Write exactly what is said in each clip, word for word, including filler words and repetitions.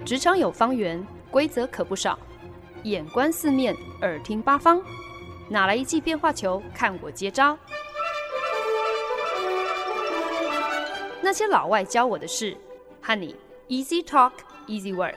职场有方圆，规则可不少。眼观四面，耳听八方，哪来一记变化球？看我接招！那些老外教我的事，和你 Easy Talk Easy Work。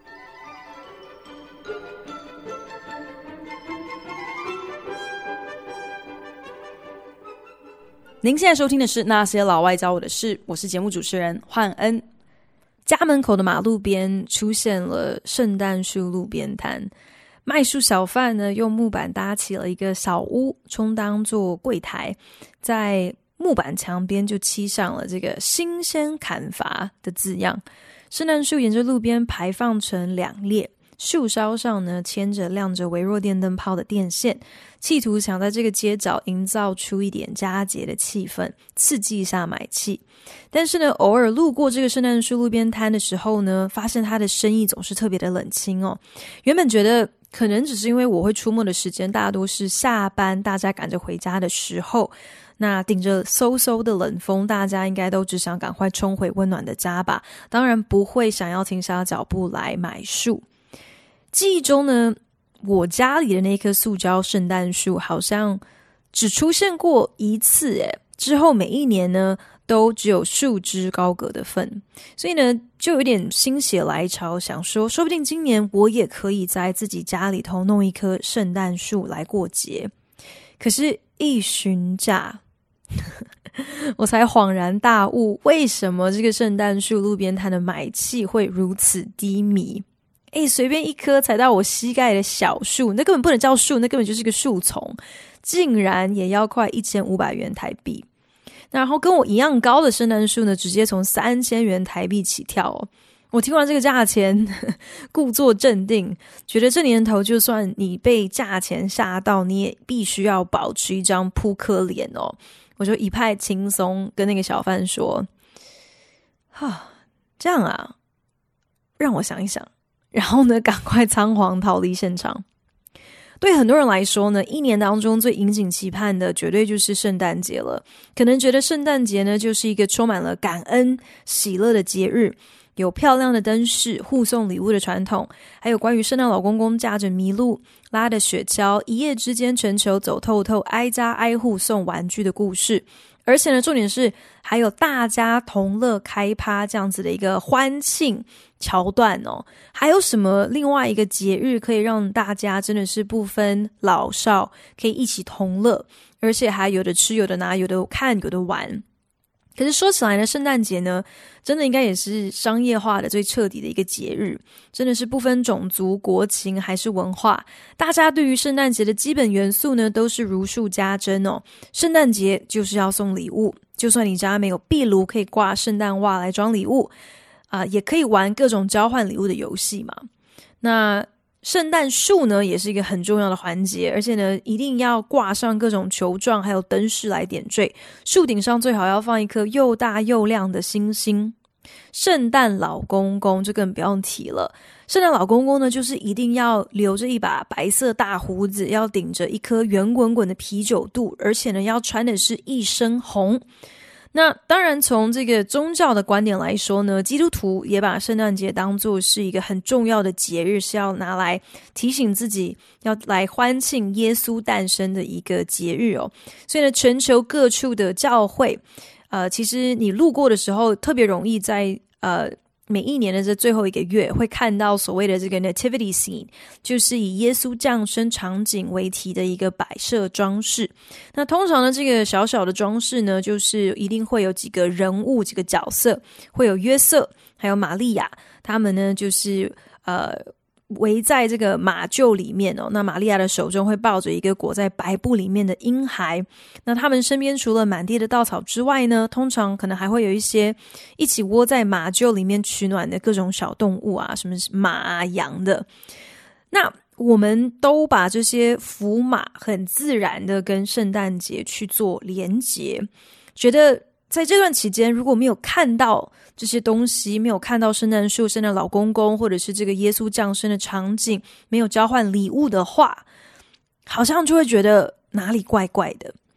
您现在收听的是那些老外教我的事，我是节目主持人焕恩。家门口的马路边出现了圣诞树路边摊，卖树小贩呢用木板搭起了一个小屋，充当做柜台，在木板墙边就漆上了这个新鲜砍伐的字样。圣诞树沿着路边排放成两列，树梢上呢牵着亮着微弱电灯泡的电线，企图想在这个街角营造出一点佳节的气氛，刺激一下买气。但是呢，偶尔路过这个圣诞树路边摊的时候呢，发现他的生意总是特别的冷清哦。原本觉得可能只是因为我会出没的时间大多是下班，大家赶着回家的时候，那顶着嗖嗖的冷风，大家应该都只想赶快冲回温暖的家吧，当然不会想要停下脚步来买树。记忆中呢，我家里的那棵塑胶圣诞树好像只出现过一次耶，之后每一年呢都只有树枝高阁的份，所以呢就有点心血来潮，想说说不定今年我也可以在自己家里头弄一棵圣诞树来过节。可是一询价我才恍然大悟，为什么这个圣诞树路边摊的买气会如此低迷。诶，随便一棵才到我膝盖的小树，那根本不能叫树，那根本就是个树丛，竟然也要快一千五百元台币。然后跟我一样高的圣诞树呢，直接从三千元台币起跳哦。我听完这个价钱故作镇定，觉得这年头就算你被价钱吓到，你也必须要保持一张扑克脸哦。我就一派轻松跟那个小贩说，哈，这样啊，让我想一想。然后呢，赶快仓皇逃离现场。对很多人来说呢，一年当中最引颈期盼的绝对就是圣诞节了。可能觉得圣诞节呢就是一个充满了感恩喜乐的节日，有漂亮的灯饰、互送礼物的传统，还有关于圣诞老公公驾着麋鹿拉的雪橇，一夜之间全球走透透，挨家挨户送玩具的故事。而且呢，重点是还有大家同乐开趴这样子的一个欢庆桥段哦。还有什么另外一个节日可以让大家真的是不分老少可以一起同乐，而且还有的吃有的拿，有的看有的玩。可是说起来呢，圣诞节呢真的应该也是商业化的最彻底的一个节日，真的是不分种族、国情还是文化，大家对于圣诞节的基本元素呢都是如数家珍哦。圣诞节就是要送礼物，就算你家没有壁炉可以挂圣诞袜来装礼物啊、呃，也可以玩各种交换礼物的游戏嘛。那圣诞树呢也是一个很重要的环节，而且呢一定要挂上各种球状还有灯饰来点缀，树顶上最好要放一颗又大又亮的星星。圣诞老公公就更不用提了，圣诞老公公呢就是一定要留着一把白色大胡子，要顶着一颗圆滚滚的啤酒肚，而且呢要穿的是一身红。那当然从这个宗教的观点来说呢，基督徒也把圣诞节当作是一个很重要的节日，是要拿来提醒自己要来欢庆耶稣诞生的一个节日哦。所以呢，全球各处的教会呃，其实你路过的时候特别容易在呃每一年的这最后一个月会看到所谓的这个 nativity scene， 就是以耶稣降生场景为题的一个摆设装饰。那通常呢，这个小小的装饰呢，就是一定会有几个人物、几个角色，会有约瑟还有玛利亚，他们呢就是呃围在这个马厩里面哦。那玛利亚的手中会抱着一个裹在白布里面的婴孩，那他们身边除了满地的稻草之外呢，通常可能还会有一些一起窝在马厩里面取暖的各种小动物啊，什么马啊羊的。那我们都把这些福马很自然的跟圣诞节去做连结，觉得在这段期间如果没有看到这些东西，没有看到圣诞树、圣诞老公公或者是这个耶稣降生的场景，没有交换礼物的话，好像就会觉得哪里怪怪的。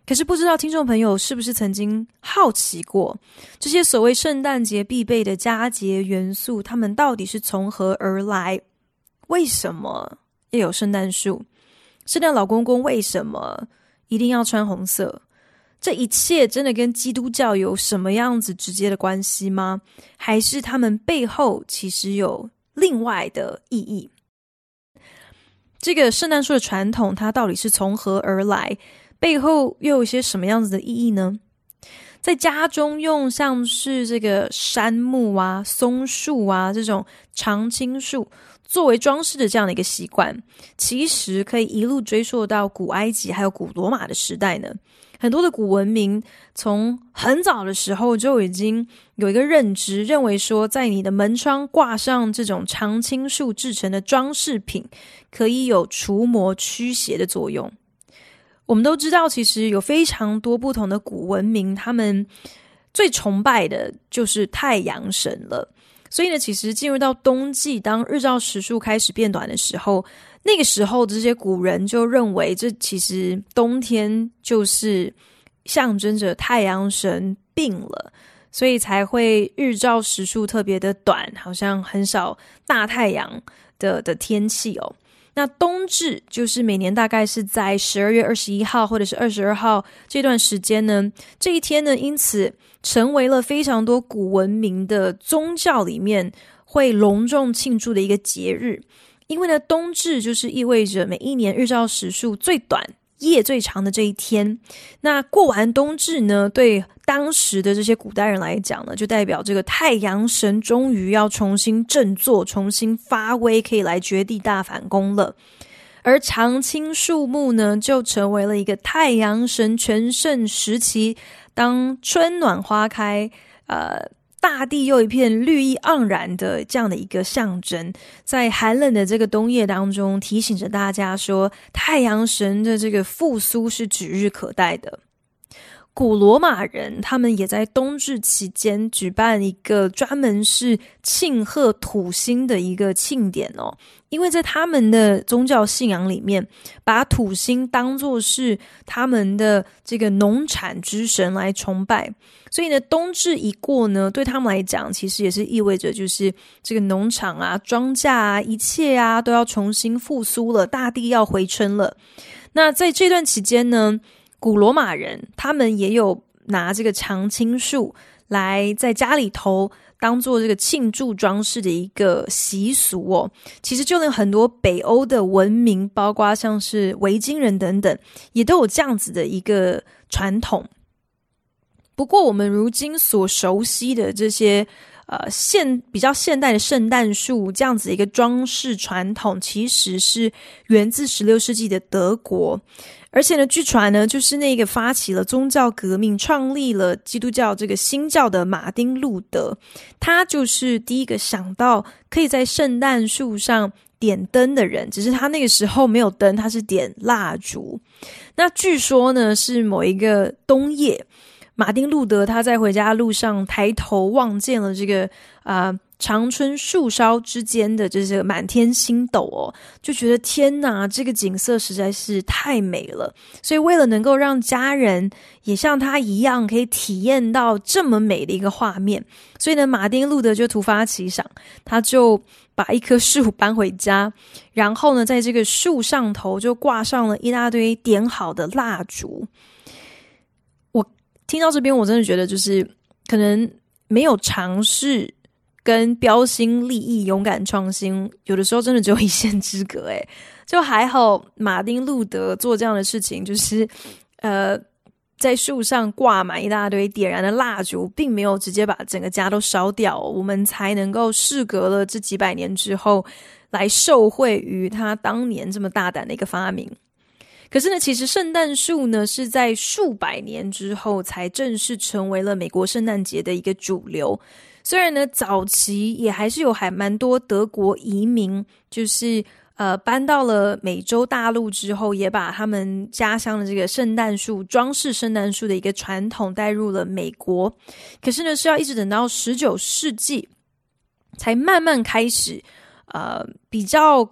可是不知道听众朋友是不是曾经好奇过，这些所谓圣诞节必备的佳节元素，它们到底是从何而来？为什么要有圣诞树？圣诞老公公为什么一定要穿红色？这一切真的跟基督教有什么样子直接的关系吗？还是他们背后其实有另外的意义？这个圣诞树的传统，它到底是从何而来？背后又有一些什么样子的意义呢？在家中用像是这个杉木啊、松树啊这种常青树作为装饰的这样的一个习惯，其实可以一路追溯到古埃及还有古罗马的时代呢。很多的古文明从很早的时候就已经有一个认知，认为说在你的门窗挂上这种常青树制成的装饰品，可以有除魔驱邪的作用。我们都知道，其实有非常多不同的古文明，他们最崇拜的就是太阳神了。所以呢，其实进入到冬季，当日照时数开始变短的时候，那个时候这些古人就认为，这其实冬天就是象征着太阳神病了，所以才会日照时数特别的短，好像很少大太阳的的天气哦。那冬至就是每年大概是在十二月二十一号或者是二十二号这段时间呢，这一天呢，因此成为了非常多古文明的宗教里面会隆重庆祝的一个节日。因为呢，冬至就是意味着每一年日照时数最短、夜最长的这一天。那过完冬至呢，对当时的这些古代人来讲呢，就代表这个太阳神终于要重新振作、重新发威，可以来绝地大反攻了。而常青树木呢，就成为了一个太阳神全盛时期，当春暖花开，呃。大地又一片绿意盎然的这样的一个象征，在寒冷的这个冬夜当中，提醒着大家说，太阳神的这个复苏是指日可待的。古罗马人他们也在冬至期间举办一个专门是庆贺土星的一个庆典哦，因为在他们的宗教信仰里面，把土星当作是他们的这个农产之神来崇拜，所以呢，冬至一过呢，对他们来讲，其实也是意味着就是这个农场啊、庄稼啊、一切啊都要重新复苏了，大地要回春了。那在这段期间呢，古罗马人他们也有拿这个常青树来在家里头当做这个庆祝装饰的一个习俗哦。其实就连很多北欧的文明，包括像是维京人等等，也都有这样子的一个传统。不过我们如今所熟悉的这些呃现比较现代的圣诞树这样子一个装饰传统，其实是源自十六世纪的德国。而且呢，据传呢，就是那个发起了宗教革命、创立了基督教这个新教的马丁路德，他就是第一个想到可以在圣诞树上点灯的人，只是他那个时候没有灯，他是点蜡烛。那据说呢，是某一个冬夜，马丁路德他在回家路上抬头望见了这个啊、呃、长春树梢之间的这些满天星斗哦，就觉得天哪，这个景色实在是太美了。所以为了能够让家人也像他一样可以体验到这么美的一个画面，所以呢，马丁路德就突发奇想，他就把一棵树搬回家，然后呢，在这个树上头就挂上了一大堆点好的蜡烛。我听到这边，我真的觉得就是可能没有尝试跟标新立异、勇敢创新，有的时候真的只有一线之隔诶。就还好马丁路德做这样的事情，就是呃在树上挂满一大堆点燃的蜡烛，并没有直接把整个家都烧掉，我们才能够事隔了这几百年之后来受惠于他当年这么大胆的一个发明。可是呢，其实圣诞树呢是在数百年之后才正式成为了美国圣诞节的一个主流。虽然呢，早期也还是有还蛮多德国移民，就是呃搬到了美洲大陆之后，也把他们家乡的这个圣诞树、装饰圣诞树的一个传统带入了美国。可是呢，是要一直等到十九世纪才慢慢开始，呃，比较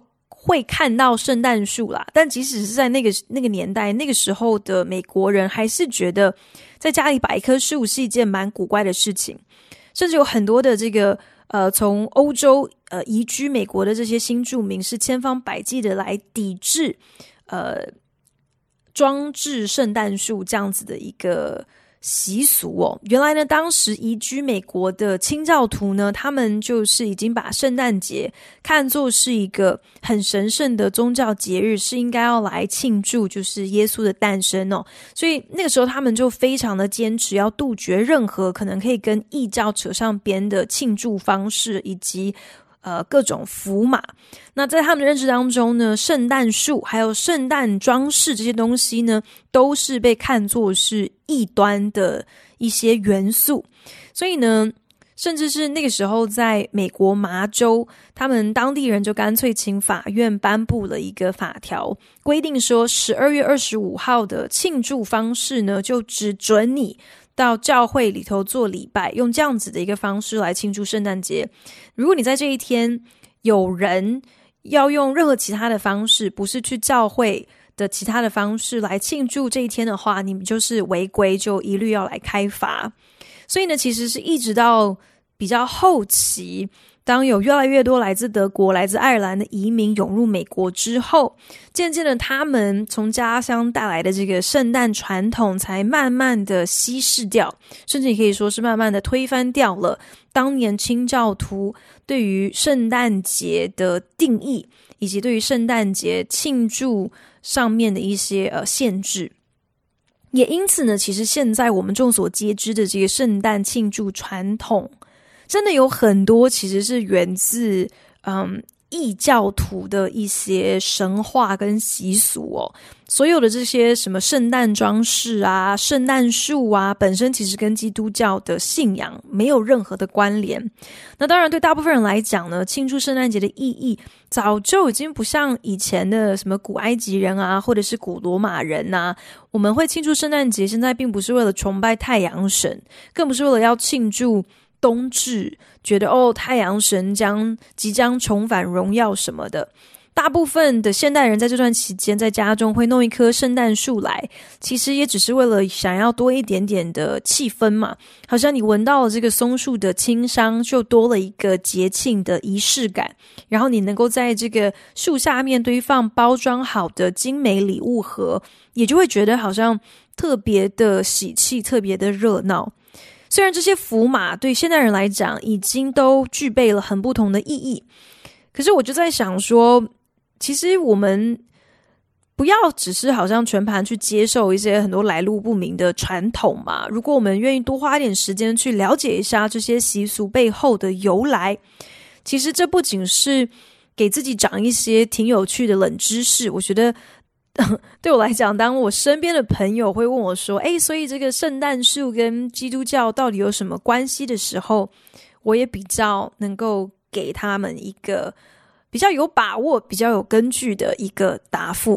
会看到圣诞树啦，但即使是在那个那个年代，那个时候的美国人还是觉得在家里摆一棵树是一件蛮古怪的事情，甚至有很多的这个呃从欧洲呃移居美国的这些新住民是千方百计的来抵制呃装置圣诞树这样子的一个习俗哦。原来呢，当时移居美国的清教徒呢，他们就是已经把圣诞节看作是一个很神圣的宗教节日，是应该要来庆祝就是耶稣的诞生哦。所以那个时候他们就非常的坚持要杜绝任何可能可以跟异教扯上边的庆祝方式以及呃，各种符码。那在他们的认知当中呢，圣诞树还有圣诞装饰这些东西呢，都是被看作是异端的一些元素。所以呢，甚至是那个时候在美国麻州，他们当地人就干脆请法院颁布了一个法条，规定说十二月二十五号的庆祝方式呢，就只准你到教会里头做礼拜，用这样子的一个方式来庆祝圣诞节。如果你在这一天有人要用任何其他的方式，不是去教会的其他的方式来庆祝这一天的话，你们就是违规，就一律要来开罚。所以呢，其实是一直到比较后期，当有越来越多来自德国、来自爱尔兰的移民涌入美国之后，渐渐的他们从家乡带来的这个圣诞传统才慢慢的稀释掉，甚至也可以说是慢慢的推翻掉了当年清教徒对于圣诞节的定义，以及对于圣诞节庆祝上面的一些呃限制。也因此呢，其实现在我们众所皆知的这个圣诞庆祝传统，真的有很多其实是源自嗯异教徒的一些神话跟习俗哦。所有的这些什么圣诞装饰啊、圣诞树啊，本身其实跟基督教的信仰没有任何的关联。那当然对大部分人来讲呢，庆祝圣诞节的意义早就已经不像以前的什么古埃及人啊，或者是古罗马人啊。我们会庆祝圣诞节，现在并不是为了崇拜太阳神，更不是为了要庆祝冬至，觉得哦太阳神将即将重返荣耀什么的。大部分的现代人在这段期间在家中会弄一棵圣诞树来，其实也只是为了想要多一点点的气氛嘛，好像你闻到了这个松树的清香，就多了一个节庆的仪式感，然后你能够在这个树下面堆放包装好的精美礼物盒，也就会觉得好像特别的喜气，特别的热闹。虽然这些符码对现代人来讲已经都具备了很不同的意义，可是我就在想说，其实我们不要只是好像全盘去接受一些很多来路不明的传统嘛。如果我们愿意多花一点时间去了解一下这些习俗背后的由来，其实这不仅是给自己长一些挺有趣的冷知识，我觉得对我来讲，当我身边的朋友会问我说，诶，所以这个圣诞树跟基督教到底有什么关系的时候，我也比较能够给他们一个比较有把握、比较有根据的一个答复。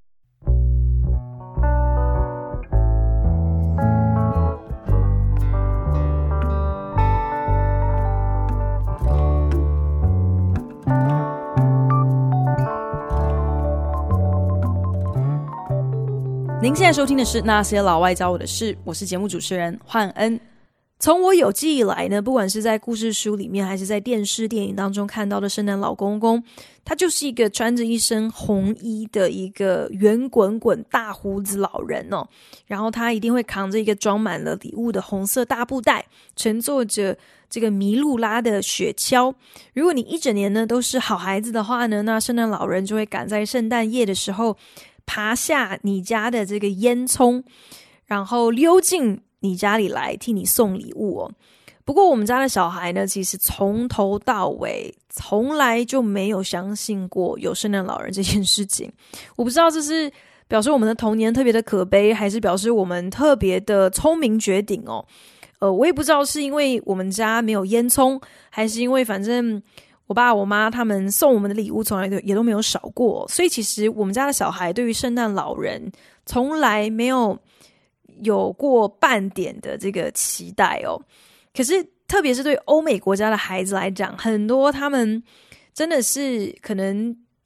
您现在收听的是那些老外教我的事，我是节目主持人焕恩。从我有记忆以来呢，不管是在故事书里面还是在电视电影当中看到的圣诞老公公，他就是一个穿着一身红衣的一个圆滚滚大胡子老人哦，然后他一定会扛着一个装满了礼物的红色大布袋，乘坐着这个麋鹿拉的雪橇。如果你一整年呢都是好孩子的话呢，那圣诞老人就会赶在圣诞夜的时候爬下你家的这个烟囱，然后溜进你家里来替你送礼物哦。不过我们家的小孩呢，其实从头到尾从来就没有相信过有圣诞老人这件事情。我不知道这是表示我们的童年特别的可悲，还是表示我们特别的聪明绝顶哦。呃，我也不知道是因为我们家没有烟囱，还是因为反正我爸我妈他们送我们的礼物从来也都没有少过，所以其实我们家的小孩对于圣诞老人从来没有有过半点的这个期待哦。可是特别是对欧美国家的孩子来讲，很多他们真的是可能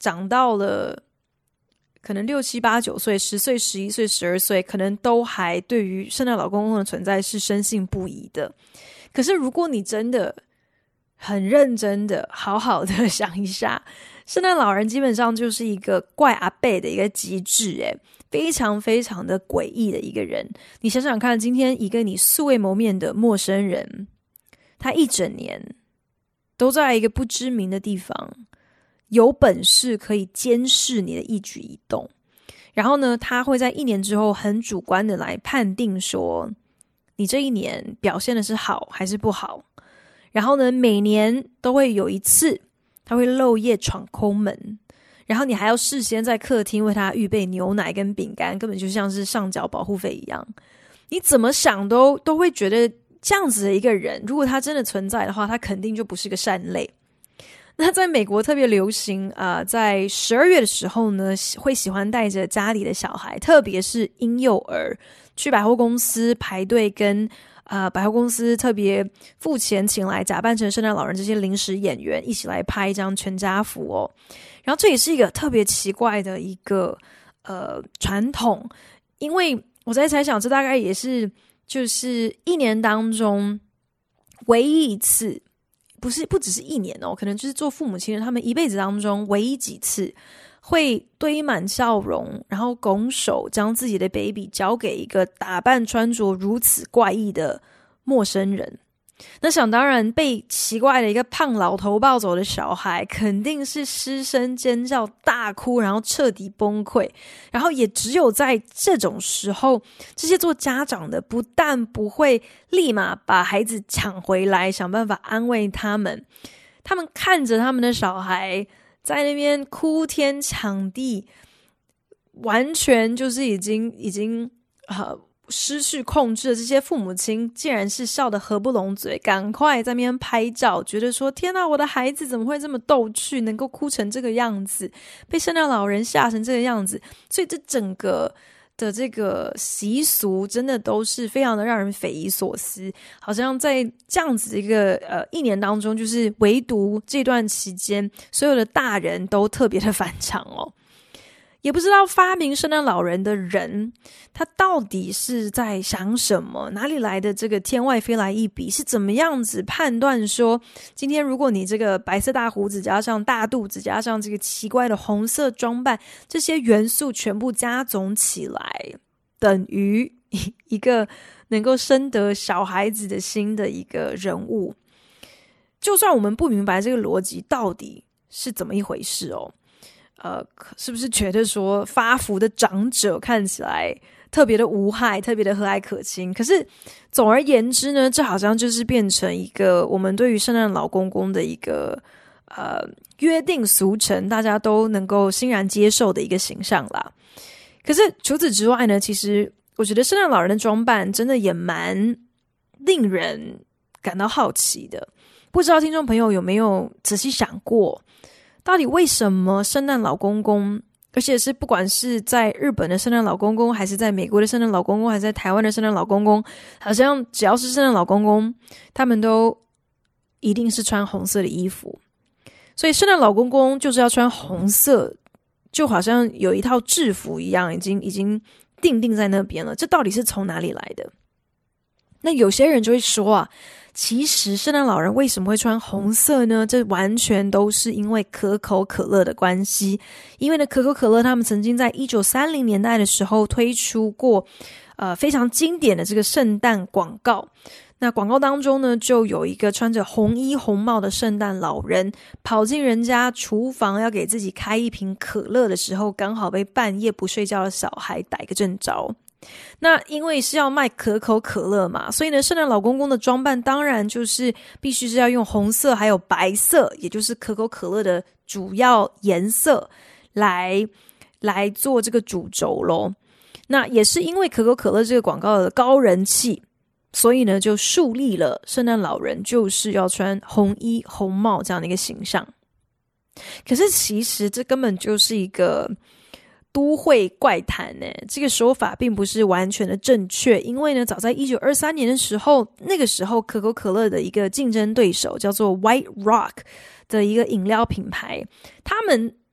长到了可能六七八九岁、十岁、十一岁、十二岁，可能都还对于圣诞老公公的存在是深信不疑的。可是如果你真的很认真的好好的想一下，圣诞老人基本上就是一个怪阿伯的一个极致，诶，非常非常的诡异的一个人。你想想看，今天一个你素未谋面的陌生人，他一整年都在一个不知名的地方，有本事可以监视你的一举一动，然后呢，他会在一年之后很主观的来判定说你这一年表现的是好还是不好。然后呢，每年都会有一次他会漏夜闯空门，然后你还要事先在客厅为他预备牛奶跟饼干，根本就像是上缴保护费一样。你怎么想都都会觉得这样子的一个人，如果他真的存在的话，他肯定就不是个善类。那在美国特别流行啊、呃，在十二月的时候呢，会喜欢带着家里的小孩，特别是婴幼儿，去百货公司排队跟呃，百货公司特别付钱请来假扮成圣诞老人这些临时演员一起来拍一张全家福哦。然后这也是一个特别奇怪的一个呃传统，因为我在猜想这大概也是就是一年当中唯一一次，不是不只是一年哦，可能就是做父母亲的他们一辈子当中唯一几次会堆满笑容，然后拱手将自己的 baby 交给一个打扮穿着如此怪异的陌生人。那想当然，被奇怪的一个胖老头抱走的小孩肯定是失声尖叫大哭，然后彻底崩溃。然后也只有在这种时候，这些做家长的不但不会立马把孩子抢回来，想办法安慰他们，他们看着他们的小孩在那边哭天抢地，完全就是已经已经呃失去控制的这些父母亲，竟然是笑得合不拢嘴，赶快在那边拍照，觉得说天哪，我的孩子怎么会这么逗趣，能够哭成这个样子，被圣诞老人吓成这个样子。所以这整个的这个习俗真的都是非常的让人匪夷所思，好像在这样子一个呃一年当中，就是唯独这段期间所有的大人都特别的反常哦。也不知道发明圣诞老人的人他到底是在想什么，哪里来的这个天外飞来一笔，是怎么样子判断说今天如果你这个白色大胡子加上大肚子加上这个奇怪的红色装扮，这些元素全部加总起来等于一个能够深得小孩子的心的一个人物。就算我们不明白这个逻辑到底是怎么一回事哦，呃，是不是觉得说发福的长者看起来特别的无害，特别的和蔼可亲？可是总而言之呢，这好像就是变成一个我们对于圣诞老公公的一个呃约定俗成，大家都能够欣然接受的一个形象啦。可是除此之外呢，其实我觉得圣诞老人的装扮真的也蛮令人感到好奇的。不知道听众朋友有没有仔细想过，到底为什么圣诞老公公，而且是不管是在日本的圣诞老公公，还是在美国的圣诞老公公，还是在台湾的圣诞老公公，好像只要是圣诞老公公，他们都一定是穿红色的衣服。所以圣诞老公公就是要穿红色，就好像有一套制服一样，已经已经定定在那边了。这到底是从哪里来的？那有些人就会说啊，其实圣诞老人为什么会穿红色呢？这完全都是因为可口可乐的关系。因为呢，可口可乐他们曾经在一九三零年代的时候推出过呃非常经典的这个圣诞广告。那广告当中呢，就有一个穿着红衣红帽的圣诞老人跑进人家厨房要给自己开一瓶可乐的时候，刚好被半夜不睡觉的小孩逮个正着。那因为是要卖可口可乐嘛，所以呢，圣诞老公公的装扮当然就是必须是要用红色还有白色，也就是可口可乐的主要颜色来来做这个主轴咯。那也是因为可口可乐这个广告的高人气，所以呢就树立了圣诞老人就是要穿红衣红帽这样的一个形象。可是其实这根本就是一个都会怪谈呢，这个说法并不是完全的正确。因为呢，早在一九二三年的时候，那个时候可口可乐的一个竞争对手叫做 White Rock 的一个饮料品牌，他们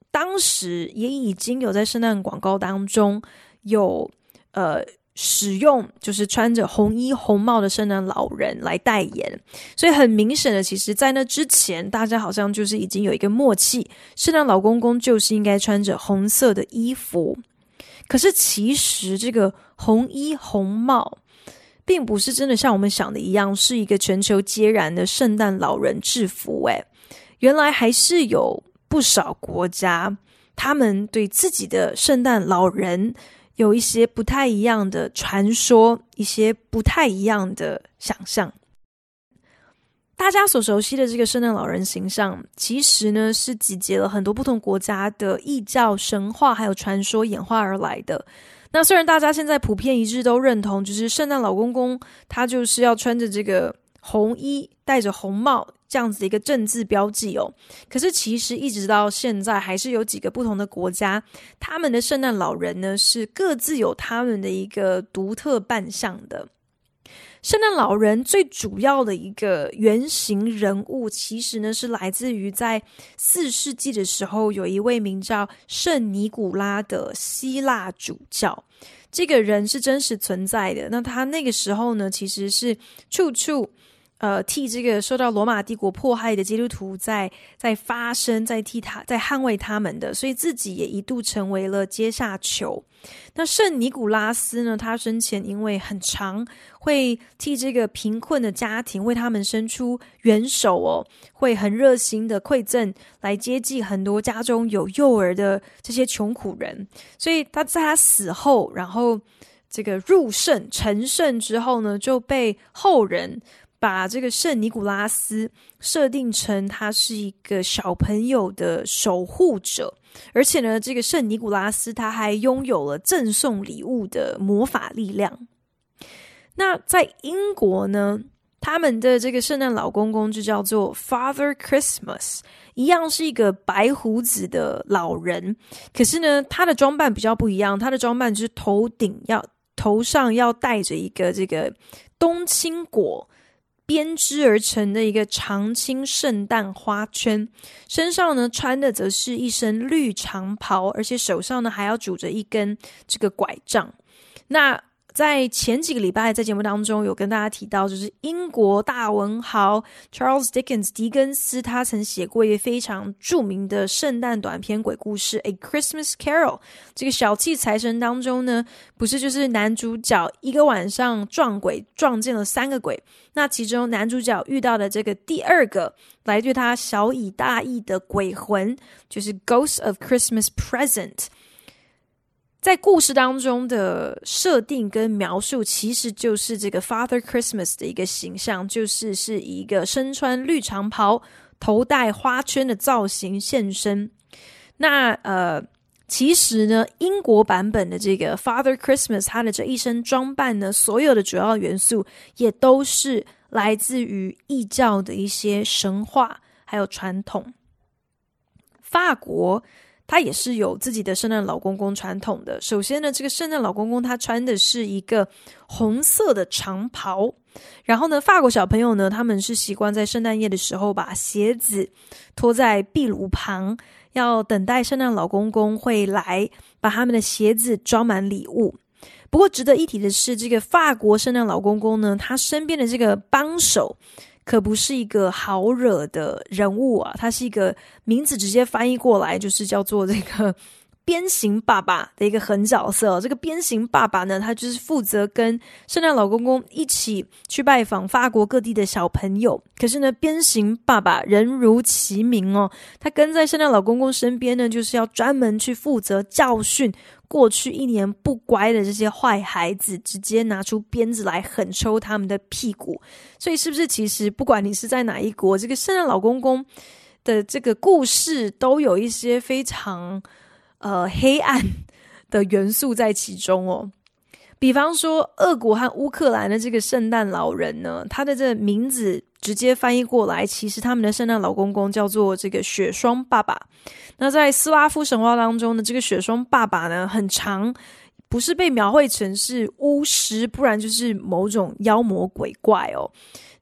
当时也已经有在圣诞广告当中有呃使用就是穿着红衣红帽的圣诞老人来代言，所以很明显的，其实在那之前大家好像就是已经有一个默契，圣诞老公公就是应该穿着红色的衣服。可是其实这个红衣红帽并不是真的像我们想的一样是一个全球皆然的圣诞老人制服诶，原来还是有不少国家他们对自己的圣诞老人有一些不太一样的传说，一些不太一样的想象。大家所熟悉的这个圣诞老人形象，其实呢是集结了很多不同国家的异教神话还有传说演化而来的。那虽然大家现在普遍一致都认同，就是圣诞老公公他就是要穿着这个红衣戴着红帽这样子的一个正字标记哦，可是其实一直到现在还是有几个不同的国家，他们的圣诞老人呢是各自有他们的一个独特扮相的。圣诞老人最主要的一个原型人物，其实呢是来自于在四世纪的时候，有一位名叫圣尼古拉的希腊主教。这个人是真实存在的，那他那个时候呢，其实是处处呃替这个受到罗马帝国迫害的基督徒在在发声，在替他在捍卫他们的，所以自己也一度成为了阶下囚。那圣尼古拉斯呢，他生前因为很常会替这个贫困的家庭为他们伸出援手哦，会很热心的馈赠来接济很多家中有幼儿的这些穷苦人，所以他在他死后，然后这个入圣成圣之后呢，就被后人把这个圣尼古拉斯设定成他是一个小朋友的守护者，而且呢，这个圣尼古拉斯他还拥有了赠送礼物的魔法力量。那在英国呢，他们的这个圣诞老公公就叫做 Father Christmas， 一样是一个白胡子的老人，可是呢，他的装扮比较不一样，他的装扮就是头顶要头上要戴着一个这个冬青果编织而成的一个长青圣诞花圈，身上呢穿的则是一身绿长袍，而且手上呢还要拄着一根这个拐杖。那在前几个礼拜在节目当中有跟大家提到，就是英国大文豪 Charles Dickens 狄更斯，他曾写过一个非常著名的圣诞短篇鬼故事 A Christmas Carol。 这个小气财神当中呢，不是就是男主角一个晚上撞鬼撞见了三个鬼，那其中男主角遇到的这个第二个来对他小以大义的鬼魂，就是 Ghost of Christmas Present。在故事当中的设定跟描述，其实就是这个 Father Christmas 的一个形象，就是是以一个身穿绿长袍、头戴花圈的造型现身。那呃，其实呢，英国版本的这个 Father Christmas， 他的这一身装扮呢，所有的主要元素也都是来自于异教的一些神话还有传统。法国他也是有自己的圣诞老公公传统的。首先呢，这个圣诞老公公他穿的是一个红色的长袍，然后呢，法国小朋友呢，他们是习惯在圣诞夜的时候把鞋子拖在壁炉旁，要等待圣诞老公公会来把他们的鞋子装满礼物。不过值得一提的是，这个法国圣诞老公公呢，他身边的这个帮手可不是一个好惹的人物啊，他是一个名字直接翻译过来就是叫做这个鞭刑爸爸的一个狠角色、哦、这个鞭刑爸爸呢，他就是负责跟圣诞老公公一起去拜访法国各地的小朋友。可是呢，鞭刑爸爸人如其名哦，他跟在圣诞老公公身边呢，就是要专门去负责教训过去一年不乖的这些坏孩子，直接拿出鞭子来狠抽他们的屁股。所以是不是其实不管你是在哪一国，这个圣诞老公公的这个故事都有一些非常呃黑暗的元素在其中哦。比方说俄国和乌克兰的这个圣诞老人呢，他的这个名字直接翻译过来，其实他们的圣诞老公公叫做这个雪霜爸爸。那在斯拉夫神话当中呢，这个雪霜爸爸呢，很常不是被描绘成是巫师，不然就是某种妖魔鬼怪哦。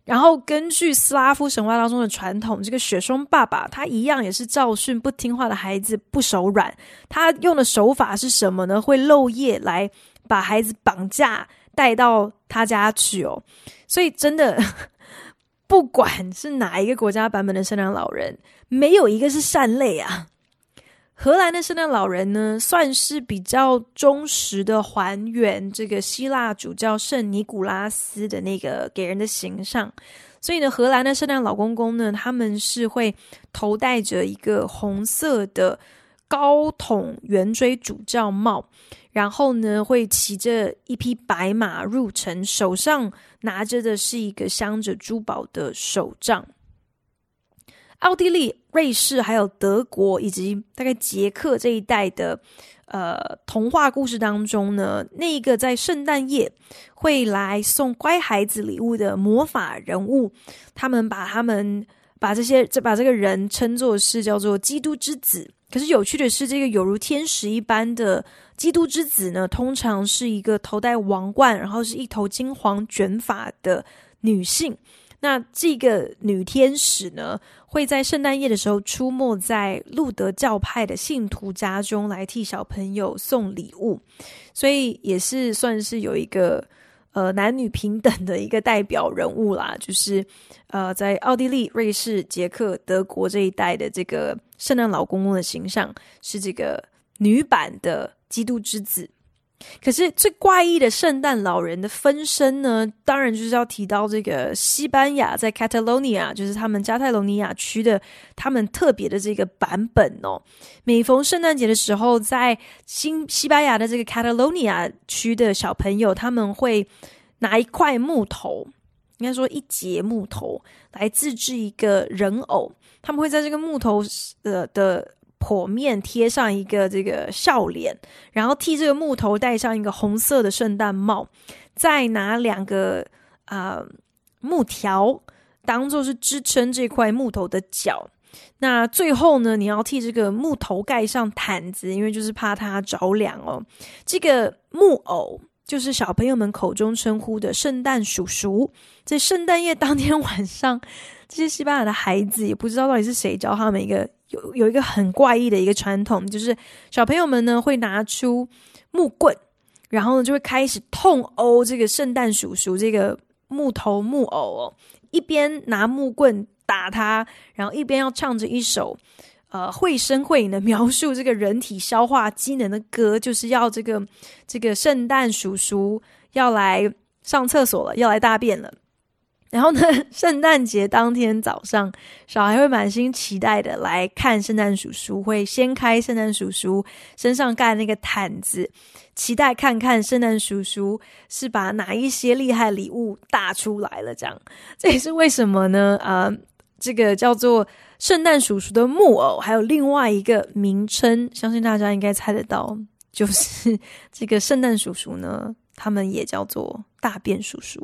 然后根据斯拉夫神话当中的传统，这个雪松爸爸他一样也是教训不听话的孩子不手软。他用的手法是什么呢？会漏夜来把孩子绑架带到他家去哦。所以真的不管是哪一个国家版本的圣诞老人，没有一个是善类啊。荷兰的圣诞老人呢，算是比较忠实的还原这个希腊主教圣尼古拉斯的那个给人的形象。所以呢，荷兰的圣诞老公公呢，他们是会头戴着一个红色的高筒圆锥主教帽，然后呢会骑着一匹白马入城，手上拿着的是一个镶着珠宝的手杖。奥地利、瑞士还有德国以及大概捷克这一带的呃童话故事当中呢，那个在圣诞夜会来送乖孩子礼物的魔法人物，他们把他们把这些把这个人称作是叫做基督之子。可是有趣的是，这个有如天使一般的基督之子呢，通常是一个头戴王冠，然后是一头金黄卷发的女性。那这个女天使呢，会在圣诞夜的时候出没在路德教派的信徒家中，来替小朋友送礼物，所以也是算是有一个呃男女平等的一个代表人物啦。就是呃在奥地利、瑞士、捷克、德国这一带的这个圣诞老公公的形象是这个女版的基督之子。可是最怪异的圣诞老人的分身呢，当然就是要提到这个西班牙在 Catalonia， 就是他们加泰罗尼亚区的他们特别的这个版本哦。每逢圣诞节的时候，在新西班牙的这个 Catalonia 区的小朋友，他们会拿一块木头，应该说一节木头来自制一个人偶，他们会在这个木头的的剖面贴上一个这个笑脸，然后替这个木头戴上一个红色的圣诞帽，再拿两个呃木条当做是支撑这块木头的脚。那最后呢，你要替这个木头盖上毯子，因为就是怕它着凉哦。这个木偶就是小朋友们口中称呼的圣诞叔叔。在圣诞夜当天晚上，这些西班牙的孩子也不知道到底是谁教他们一个有有一个很怪异的一个传统，就是小朋友们呢会拿出木棍，然后呢就会开始痛殴这个圣诞叔叔这个木头木偶哦，一边拿木棍打他，然后一边要唱着一首呃绘声绘影的描述这个人体消化机能的歌，就是要这个这个圣诞叔叔要来上厕所了，要来大便了。然后呢，圣诞节当天早上，小孩会满心期待的来看圣诞叔叔，会掀开圣诞叔叔身上盖那个毯子，期待看看圣诞叔叔是把哪一些厉害礼物打出来了。这样，这也是为什么呢？呃，这个叫做圣诞叔叔的木偶，还有另外一个名称，相信大家应该猜得到，就是这个圣诞叔叔呢，他们也叫做大便叔叔。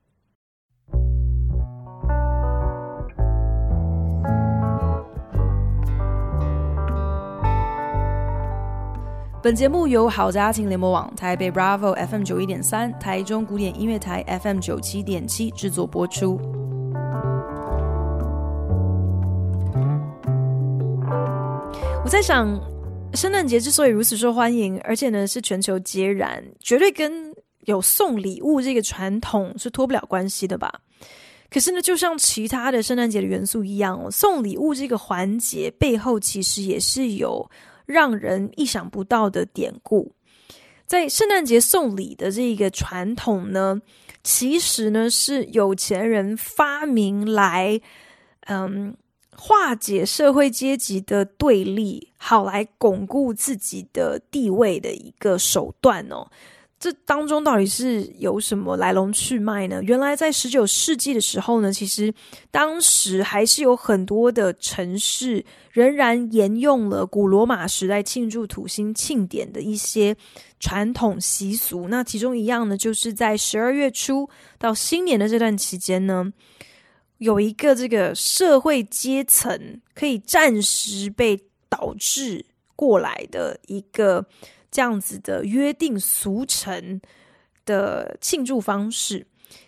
本节目由好家庭联播网、台北 Bravo F M 九一点三、台中古典音乐台 F M 九七点七制作播出。我在想，圣诞节之所以如此受欢迎，而且呢是全球皆然，绝对跟有送礼物这个传统是脱不了关系的吧。可是呢，就像其他的圣诞节的元素一样哦，送礼物这个环节背后其实也是有让人意想不到的典故。在圣诞节送礼的这个传统呢，其实呢是有钱人发明来嗯化解社会阶级的对立，好来巩固自己的地位的一个手段哦。这当中到底是有什么来龙去脉呢？原来在十九世纪的时候呢，其实当时还是有很多的城市仍然沿用了古罗马时代庆祝土星庆典的一些传统习俗。那其中一样呢，就是在十二月初到新年的这段期间呢，有一个这个社会阶层可以暂时被导致过来的一个这样子的约定俗成的庆祝方式。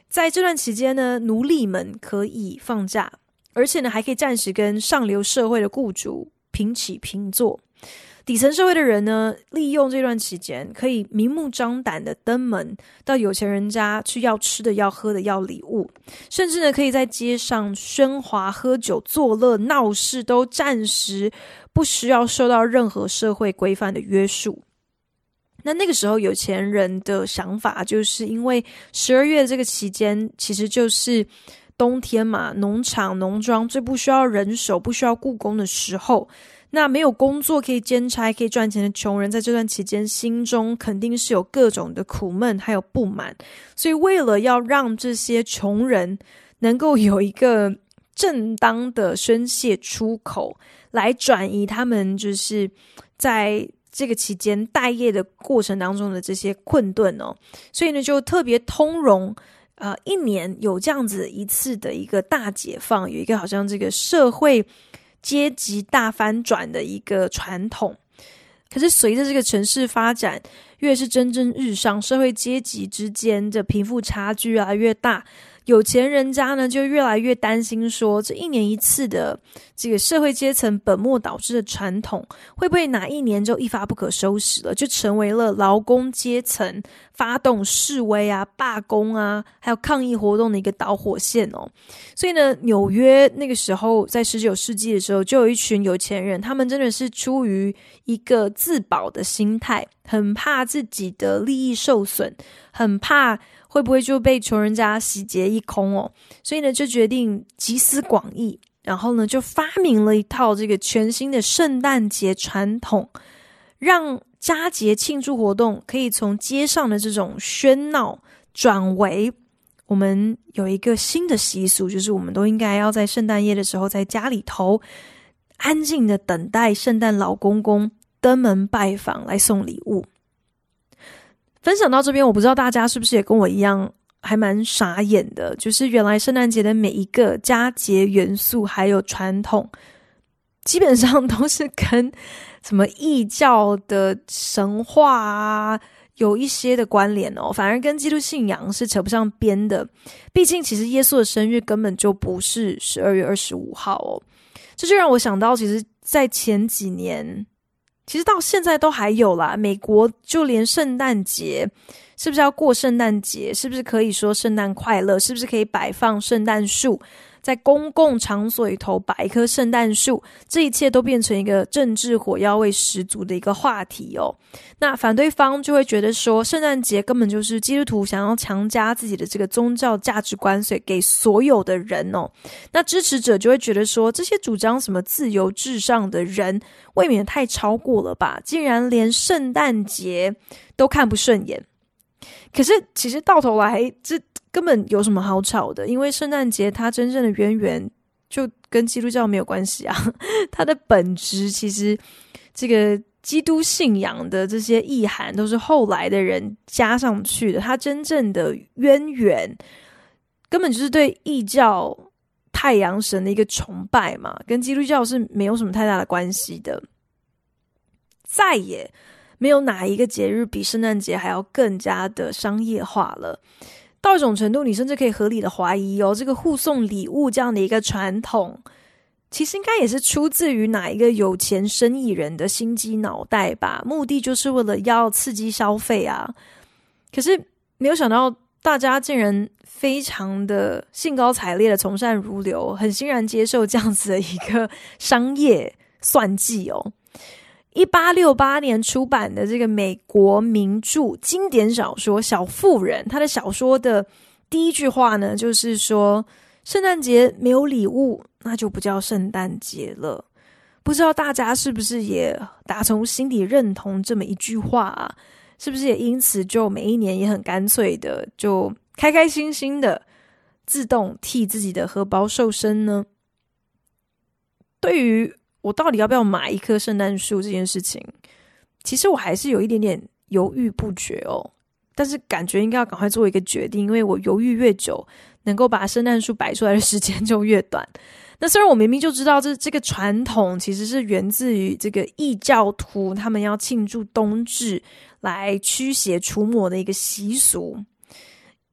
在这段期间呢，奴隶们可以放假，而且呢还可以暂时跟上流社会的雇主平起平坐。底层社会的人呢，利用这段期间可以明目张胆的登门到有钱人家去要吃的要喝的要礼物，甚至呢可以在街上喧哗喝酒作乐闹事，都暂时不需要受到任何社会规范的约束。那那个时候有钱人的想法就是因为十二月这个期间其实就是冬天嘛，农场农庄最不需要人手不需要雇工的时候，那没有工作可以兼差可以赚钱的穷人在这段期间心中肯定是有各种的苦闷还有不满，所以为了要让这些穷人能够有一个正当的宣泄出口，来转移他们就是在这个期间待业的过程当中的这些困顿哦，所以呢就特别通融呃，一年有这样子一次的一个大解放，有一个好像这个社会阶级大翻转的一个传统。可是随着这个城市发展越是蒸蒸日上，社会阶级之间的贫富差距啊越大，有钱人家呢就越来越担心说，这一年一次的这个社会阶层本末倒置的传统会不会哪一年就一发不可收拾了，就成为了劳工阶层发动示威啊罢工啊还有抗议活动的一个导火线哦。所以呢，纽约那个时候在十九世纪的时候就有一群有钱人，他们真的是出于一个自保的心态，很怕自己的利益受损，很怕会不会就被穷人家洗劫一空哦，所以呢就决定集思广益，然后呢就发明了一套这个全新的圣诞节传统，让佳节庆祝活动可以从街上的这种喧闹转为我们有一个新的习俗，就是我们都应该要在圣诞夜的时候在家里头安静的等待圣诞老公公登门拜访来送礼物。分享到这边，我不知道大家是不是也跟我一样还蛮傻眼的，就是原来圣诞节的每一个佳节元素还有传统基本上都是跟什么异教的神话啊有一些的关联哦，反而跟基督信仰是扯不上边的。毕竟其实耶稣的生日根本就不是十二月二十五号哦。这就让我想到，其实在前几年，其实到现在都还有啦，美国就连圣诞节是不是要过圣诞节，是不是可以说圣诞快乐，是不是可以摆放圣诞树，在公共场所里头摆一棵圣诞树，这一切都变成一个政治火药味十足的一个话题哦。那反对方就会觉得说，圣诞节根本就是基督徒想要强加自己的这个宗教价值观给所有的人哦。那支持者就会觉得说，这些主张什么自由至上的人未免太超过了吧，竟然连圣诞节都看不顺眼。可是其实到头来这根本有什么好吵的，因为圣诞节它真正的渊源就跟基督教没有关系啊，它的本质其实这个基督信仰的这些意涵都是后来的人加上去的，它真正的渊源根本就是对异教太阳神的一个崇拜嘛，跟基督教是没有什么太大的关系的。再也没有哪一个节日比圣诞节还要更加的商业化了，到一种程度你甚至可以合理的怀疑哦，这个互送礼物这样的一个传统其实应该也是出自于哪一个有钱生意人的心机脑袋吧，目的就是为了要刺激消费啊。可是没有想到大家竟然非常的兴高采烈的从善如流，很欣然接受这样子的一个商业算计哦。一八六八年出版的这个美国名著经典小说《小妇人》，他的小说的第一句话呢就是说，圣诞节没有礼物那就不叫圣诞节了。不知道大家是不是也打从心底认同这么一句话啊？是不是也因此就每一年也很干脆的就开开心心的自动替自己的荷包瘦身呢？对于我到底要不要买一棵圣诞树这件事情，其实我还是有一点点犹豫不决哦。但是感觉应该要赶快做一个决定，因为我犹豫越久，能够把圣诞树摆出来的时间就越短。那虽然我明明就知道这这个传统其实是源自于这个异教徒他们要庆祝冬至来驱邪除魔的一个习俗，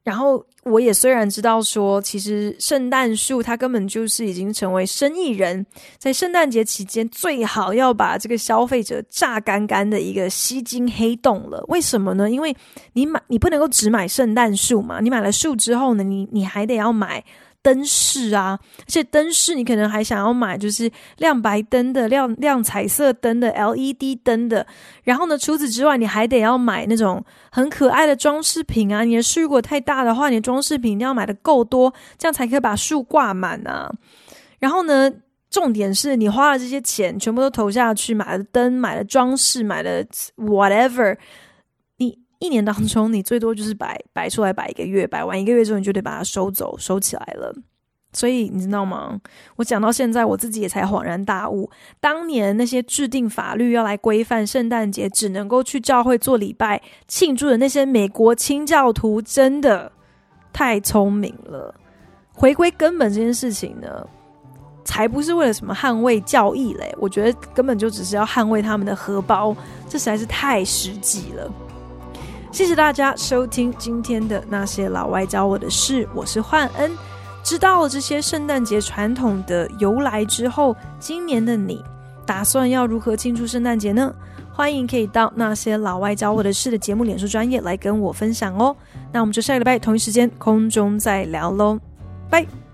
然后我也虽然知道说，其实圣诞树它根本就是已经成为生意人在圣诞节期间最好要把这个消费者榨干干的一个吸金黑洞了。为什么呢？因为你买你不能够只买圣诞树嘛，你买了树之后呢，你你还得要买灯饰啊，而且灯饰你可能还想要买就是亮白灯的、亮亮彩色灯的、L E D 灯的。然后呢，除此之外，你还得要买那种很可爱的装饰品啊。你的树如果太大的话，你的装饰品一定要买的够多，这样才可以把树挂满啊。然后呢，重点是你花了这些钱，全部都投下去，买了灯、买了装饰、买了 whatever。你一年当中，你最多就是摆摆出来摆一个月，摆完一个月之后，你就得把它收走、收起来了。所以你知道吗？我讲到现在，我自己也才恍然大悟，当年那些制定法律要来规范圣诞节只能够去教会做礼拜庆祝的那些美国清教徒，真的太聪明了。回归根本这件事情呢，才不是为了什么捍卫教义嘞，我觉得根本就只是要捍卫他们的荷包，这实在是太实际了。谢谢大家收听今天的那些老外教我的事，我是焕恩。知道了这些圣诞节传统的由来之后，今年的你打算要如何庆祝圣诞节呢？欢迎可以到那些老外教我的事的节目脸书专页来跟我分享哦。那我们就下个礼拜同一时间空中再聊咯，拜。